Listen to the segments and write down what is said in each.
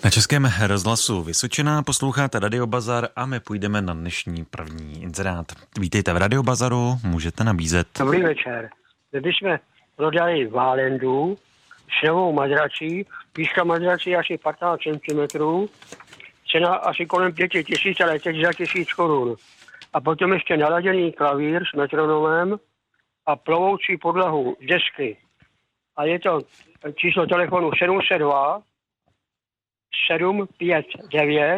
Na Českém rozhlasu Vysočina posloucháte Radio Bazar a my půjdeme na dnešní první inzerát. Vítejte v Radio Bazaru, můžete nabízet. Dobrý večer. My jsme prodali Válendu s novou madračí, výška madračí asi 15 cm, cena asi kolem 5 000, ale teď za 1000 korun. A potom ještě naladěný klavír s metronomem a plovoucí podlahu desky. A je to číslo telefonu 702 759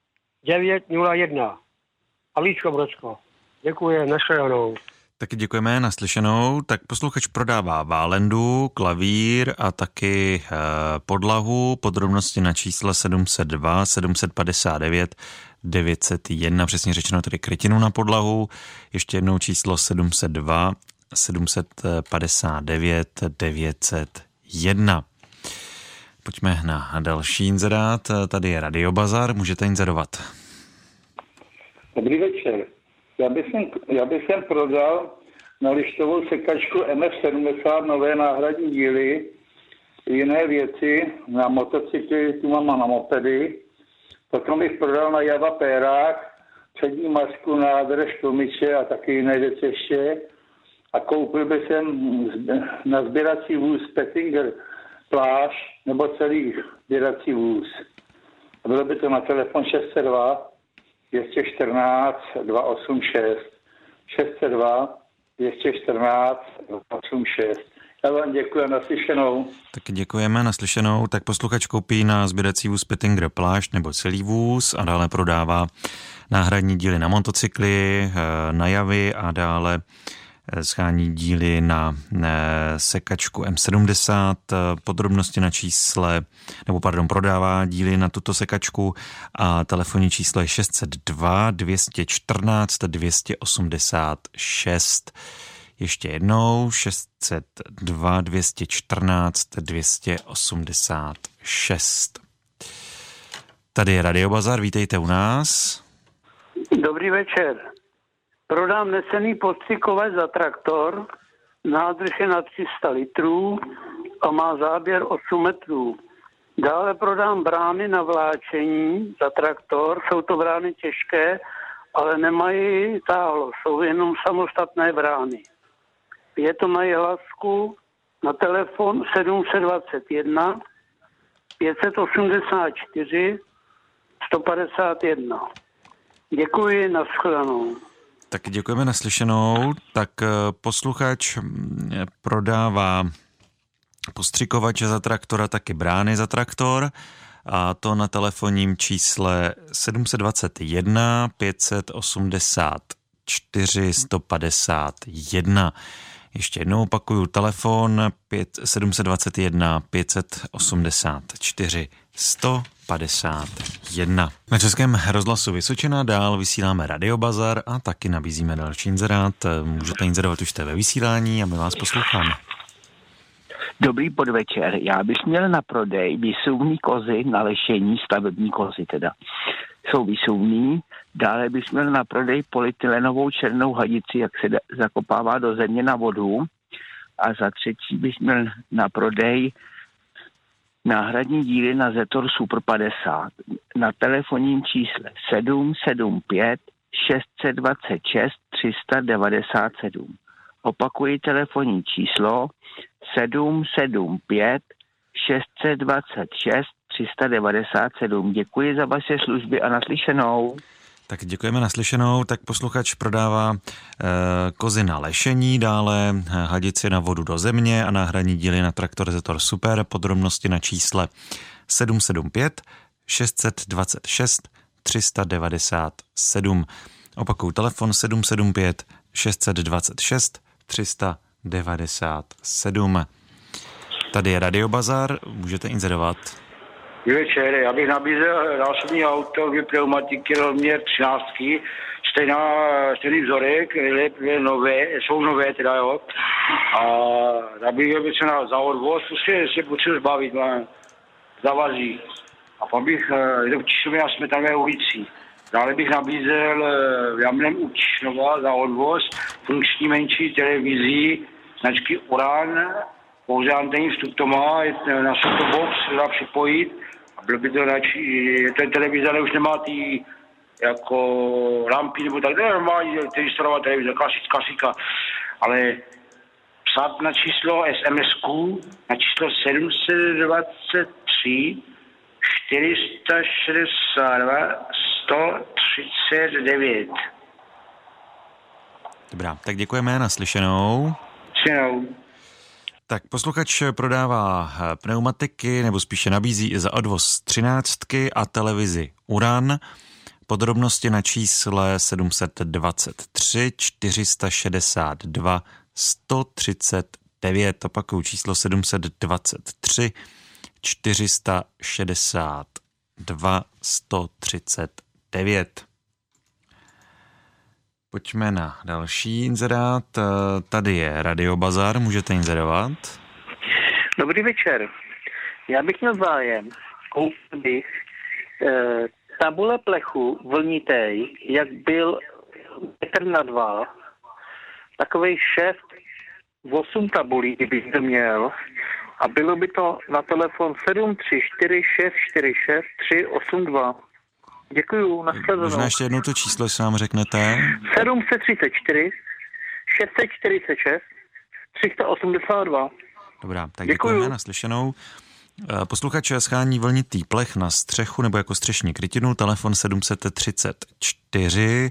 901. Havlíčko Brodsko. Děkuji, nashledanou. Taky děkujeme, naslyšenou. Tak posluchač prodává Válendu, klavír a taky podlahu. Podrobnosti na čísle 702 759 901, přesně řečeno tedy krytinu na podlahu. Ještě jednou číslo 702 759 901. Pojďme na další inzerát. Tady je Radio Bazar, můžete inzerovat. Dobrý večer. Já bych sem prodal na lištovou sekačku MF70 nové náhradní díly, jiné věci, na motocykly, tu mám na mopedy. Potom bych prodal na Java Pérách přední masku, nádrž, tlumiče a taky jiné věci ještě. A koupil bych sem na sběrací vůz Pettinger plášť nebo celý sběrací vůz. A bylo by to na telefon 602 214 286. 602 214 286. Já vám děkuji, naslyšenou. Taky děkujeme, naslyšenou. Tak posluchač koupí na sběrací vůz Pettinger plášť nebo celý vůz a dále prodává náhradní díly na motocykly, na javy a dále schání díly na sekačku M70, podrobnosti na čísle, prodává díly na tuto sekačku a telefonní číslo je 602 214 286. Ještě jednou 602 214 286. Tady je Radio Bazar, vítejte u nás. Dobrý večer. Prodám nesený postřikové za traktor, nádrž je na 300 litrů a má záběr 8 metrů. Dále prodám brány na vláčení za traktor, jsou to brány těžké, ale nemají táhlo, jsou jenom samostatné brány. Je to mají hlasku na telefon 721 584 151. Děkuji, nashledanou. Tak děkujeme, naslyšenou. Tak posluchač prodává postřikovače za traktora, taky brány za traktor a to na telefonním čísle 721 584 151. Ještě jednou opakuju telefon 721 584 151. Na Českém rozhlasu Vysočina dál vysíláme Radio Bazar a taky nabízíme další inzerát. Můžete inzerovat, už jste ve vysílání a my vás posloucháme. Dobrý podvečer. Já bych měl na prodej výsuvní kozy na lešení, stavební kozy teda. Jsou výsuvní. Dále bych měl na prodej polytylenovou černou hadici, jak se zakopává do země na vodu. A za třetí bych měl na prodej náhradní díly na Zetor Super 50 na telefonním čísle 775 626 397. Opakuji telefonní číslo 775 626 397. Děkuji za vaše služby a naslyšenou. Tak děkujeme, naslyšenou. Tak posluchač prodává kozy na lešení, dále hadici na vodu do země a náhradní díly na traktor Zetor Super. Podrobnosti na čísle 775 626 397. Opakuju telefon 775 626 397. Tady je Radio Bazar, můžete inzerovat. Večer, já bych nabízel násobní auto, 2 pneumatiky, rozměr 13, stejný vzorek, jsou nové teda, jo. A nabízel bych se za odvoz, prostě se potřebuji zbavit, zavazí. A pak bych, je to v Čišově na Smetanové ulici. Dále bych nabízel v Jamném u Čišnova za odvoz funkční menší televizí značky Oran, pouze antenní vstup to má, na softbox se dá připojit. Bylo by to ten televizor už nemá ty jako lampy nebo tak, normální televizorová televize, klasika, ale psát na číslo SMS-ku, na číslo 723 462 139. Dobrá, tak děkujeme, naslyšenou. Tak posluchač prodává pneumatiky, nebo spíše nabízí i za odvoz 13 a televizi Uran. Podrobnosti na čísle 723 462 139. Opakuju číslo 723 462 139. Pojďme na další inzerát. Tady je Radio Bazar, můžete inzerovat. Dobrý večer. Já bych měl zájem. Koupil bych tabule plechu vlnitej, jak byl 1,2 m, takovej 6-8 tabulí, kdybych to měl. A bylo by to na telefon 734646382. Děkuju, nashledanou. Možná ještě jednou to číslo, jestli nám řeknete. 734 646 382. Dobrá, tak děkujeme, naslyšenou. Posluchač schání vlnitý plech na střechu nebo jako střešní krytinu, telefon 734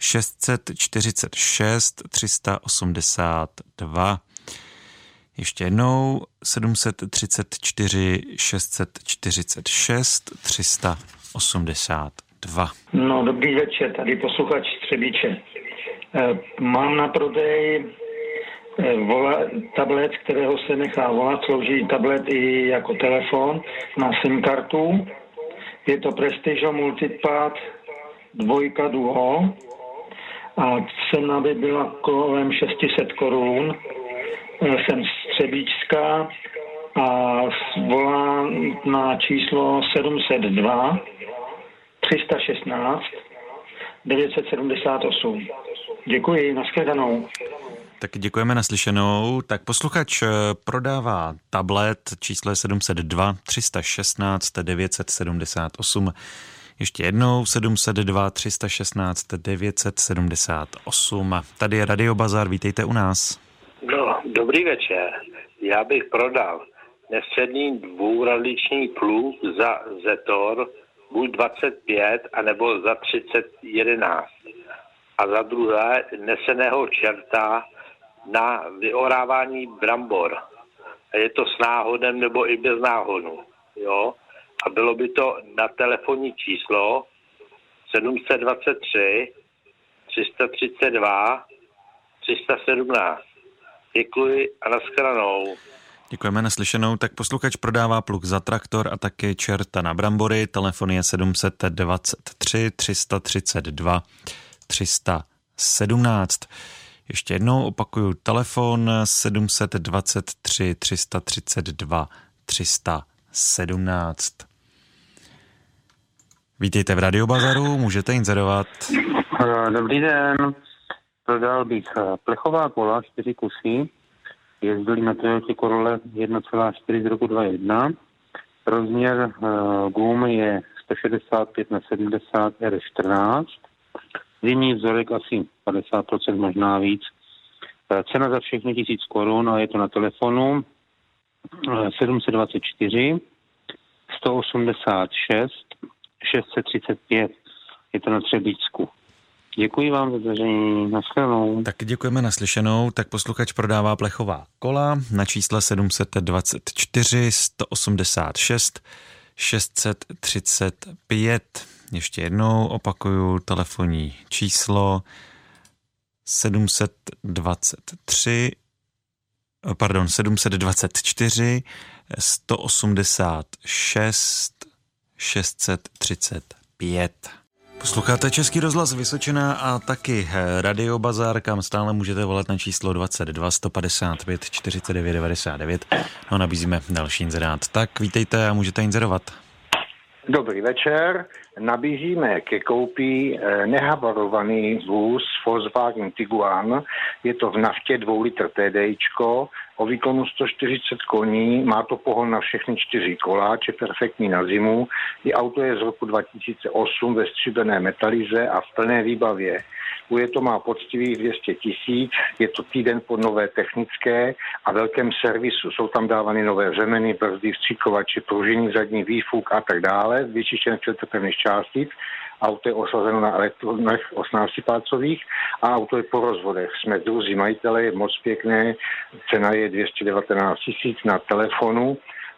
646 382. Ještě jednou 734 646 382. No, dobrý večer, tady posluchač Třebíče. Mám na prodej tablet, kterého se nechá volat, slouží tablet i jako telefon na SIM kartu. Je to Prestige Multipad 2 Duo a cena by byla kolem 600 korun. Jsem z Třebíčska a volám na číslo 702 316 978. Děkuji, nashledanou. Tak děkujeme, naslyšenou. Tak posluchač prodává tablet, číslo je 702 316 978. Ještě jednou 702 316 978. Tady je Radio Bazar, vítejte u nás. No, dobrý večer. Já bych prodal nestřední dvouradliční plug za Zetor, buď 25, anebo za 3011. A za druhé neseného čerta na vyorávání brambor. A je to s náhodem nebo i bez náhodu. Jo? A bylo by to na telefonní číslo 723 332 317. Děkuji a nashledanou. Děkujeme, naslyšenou. Tak posluchač prodává pluk za traktor a taky čerta na brambory. Telefon je 723 332 317. Ještě jednou opakuju telefon 723 332 317. Vítejte v Radio Bazaru, můžete inzerovat. Dobrý den. Prodal bych plechová kola, 4 kusy. Jezdili na Toyota Corolla 1,4 z roku 2001. Rozměr gum je 165 na 70 R14. Zimní vzorek asi 50%, možná víc. Cena za všechny 1000 korun a je to na telefonu 724 186 635. Je to na Třebíčsku. Děkuji vám za držení, nashledanou. Tak děkujeme, naslyšenou. Tak posluchač prodává plechová kola na čísle 724 186 635. Ještě jednou opakuju telefonní číslo 724 186 635. Posloucháte Český rozhlas Vysočina a taky Radio Bazar, kam stále můžete volat na číslo 22 155 49 99. No, nabízíme další inzerát. Tak vítejte a můžete inzerovat. Dobrý večer. Nabízíme ke koupi nehavarovaný vůz Volkswagen Tiguan Je to v naftě 2 litr TDIčko, o výkonu 140 koní, má to pohon na všechny 4 kola, je perfektní na zimu. I auto je z roku 2008 ve stříbrné metalize a v plné výbavě. Je to má poctivých 200 000, je to týden po nové technické a velkém servisu. Jsou tam dávány nové řemeny, brzdy, vstříkovači, pružiny, zadní výfuk a tak dále, vyčištěné pevných částic. Auto je osazeno na elektronech 18-pácových a auto je po rozvodech. Jsme druzí majitele, je moc pěkné, cena je 219 000 na telefonu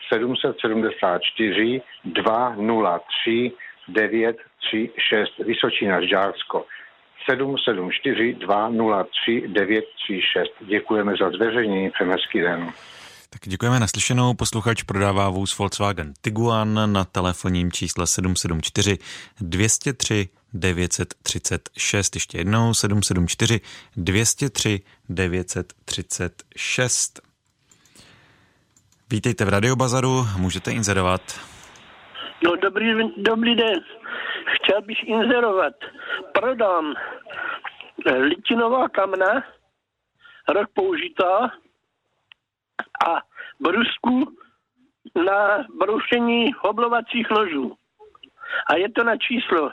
774 203 936 Vysočina Žďársko. 774 203 936. Děkujeme za zveřejnění, přejeme hezký den. Tak děkujeme naslyšenou. Posluchač prodává vůz Volkswagen Tiguan na telefonním čísle 774 203 936. Ještě jednou 774 203 936. Vítejte v Radiobazaru, můžete inzerovat. No dobrý den. Chtěl bych inzerovat. Prodám litinová kamna, rok použitá, a brusku na broušení hoblovacích nožů. A je to na číslo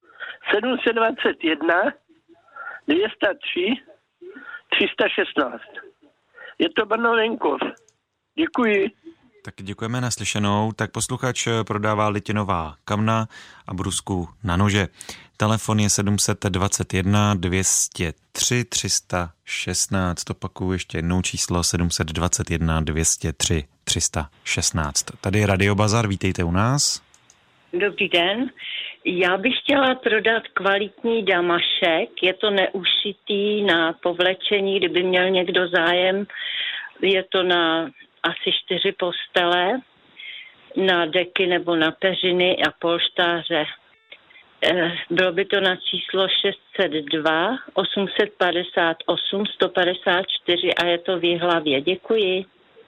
721 203 316. Je to Brno Venkov. Děkuji. Tak děkujeme naslyšenou. Tak posluchač prodává litinová kamna a brusku na nože. Telefon je 721 203 316. Opakuju ještě jednou číslo 721 203 316. Tady je Radiobazar, vítejte u nás. Dobrý den. Já bych chtěla prodat kvalitní damašek. Je to neušitý na povlečení, kdyby měl někdo zájem. Je to na asi 4 postele, na deky nebo na peřiny a polštáře. Bylo by to na číslo 602 858 154 a je to v Jihlavě. Děkuji.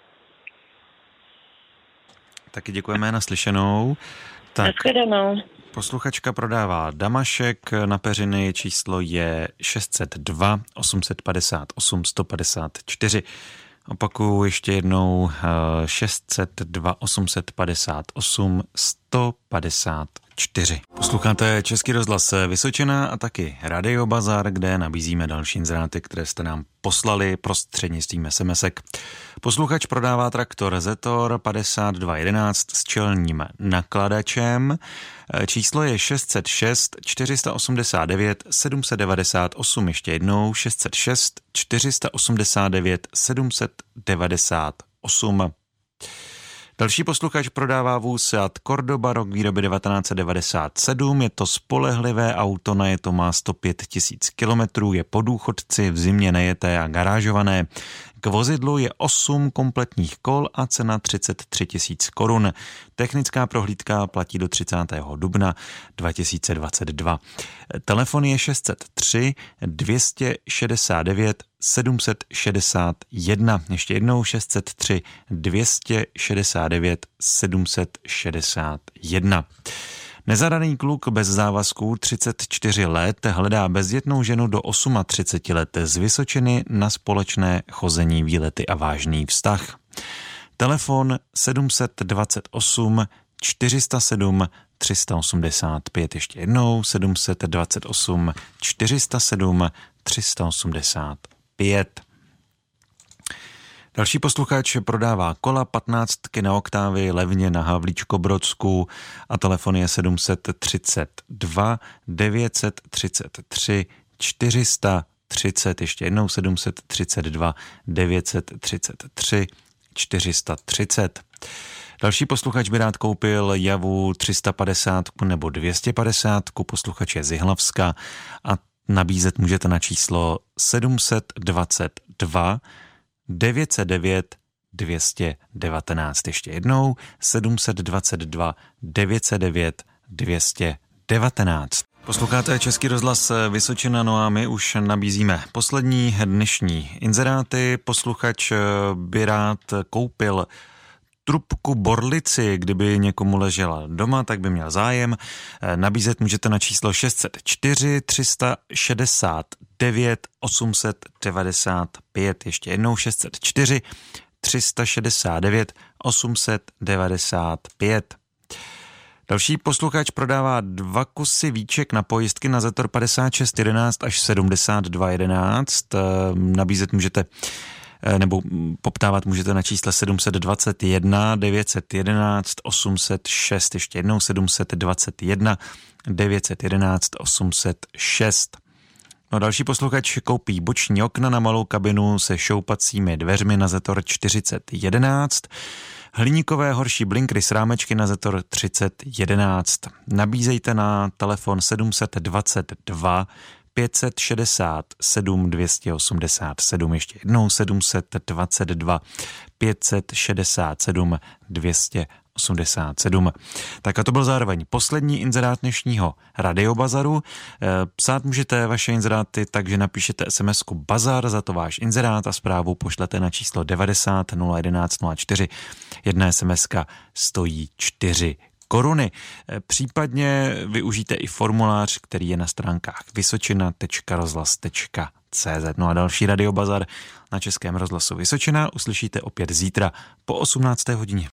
Taky děkujeme naslyšenou. Tak, posluchačka prodává damašek, na peřiny číslo je 602 858 154. Opakuju ještě jednou 602 858 154. Posloucháte Český rozhlas Vysočina a taky Radiobazar, kde nabízíme další inzeráty, které jste nám poslali prostřednictvím SMS-ek. Posluchač prodává traktor Zetor 5211 s čelním nakladačem. Číslo je 606 489 798. Ještě jednou 606 489 798. Další posluchač prodává vůz Seat Cordoba, rok výroby 1997. Je to spolehlivé auto, najeto má 105 000 kilometrů, je po důchodci, v zimě nejeté a garážované. K vozidlu je 8 kompletních kol a cena 33 000 korun. Technická prohlídka platí do 30. dubna 2022. Telefon je 603 269 761. Ještě jednou 603 269 761. Nezadaný kluk bez závazků 34 let hledá bezdětnou ženu do 38 let z Vysočiny na společné chození, výlety a vážný vztah. Telefon 728 407 385. Ještě jednou 728 407 385. Další posluchač prodává kola 15 na oktávy levně na Havlíčkobrodsku a telefon je 732 933 430. Ještě jednou 732 933 430. Další posluchač by rád koupil Javu 350 nebo 250. Posluchač je z Jihlavska a nabízet můžete na číslo 722 909 219. Ještě jednou 722 909 219. Posloucháte Český rozhlas Vysočina, no a my už nabízíme poslední dnešní inzeráty. Posluchač by rád koupil trubku borlici, kdyby někomu ležela doma, tak by měl zájem. Nabízet můžete na číslo 604 369 9 895, ještě jednou 604 369 895. Další posluchač prodává 2 kusy víček na pojistky na Zetor 5611 až 7211. Nabízet můžete nebo poptávat můžete na čísle 721 911 806, ještě jednou 721 911 806. No, další posluchač koupí boční okna na malou kabinu se šoupacími dveřmi na Zetor 4011, hliníkové horší blinkry s rámečky na Zetor 3011. Nabízejte na telefon 722 567 287, ještě jednou 722 567 287. Tak a to byl zároveň poslední inzerát dnešního Radiobazaru. Psát můžete vaše inzeráty, takže napíšete SMS-ku Bazar, za to váš inzerát a zprávu pošlete na číslo 90 011 04. Jedna SMS-ka stojí 4 koruny. Případně využijte i formulář, který je na stránkách vysočina.rozhlas.cz. No a další Radiobazar na Českém rozhlasu Vysočina uslyšíte opět zítra po 18. hodině.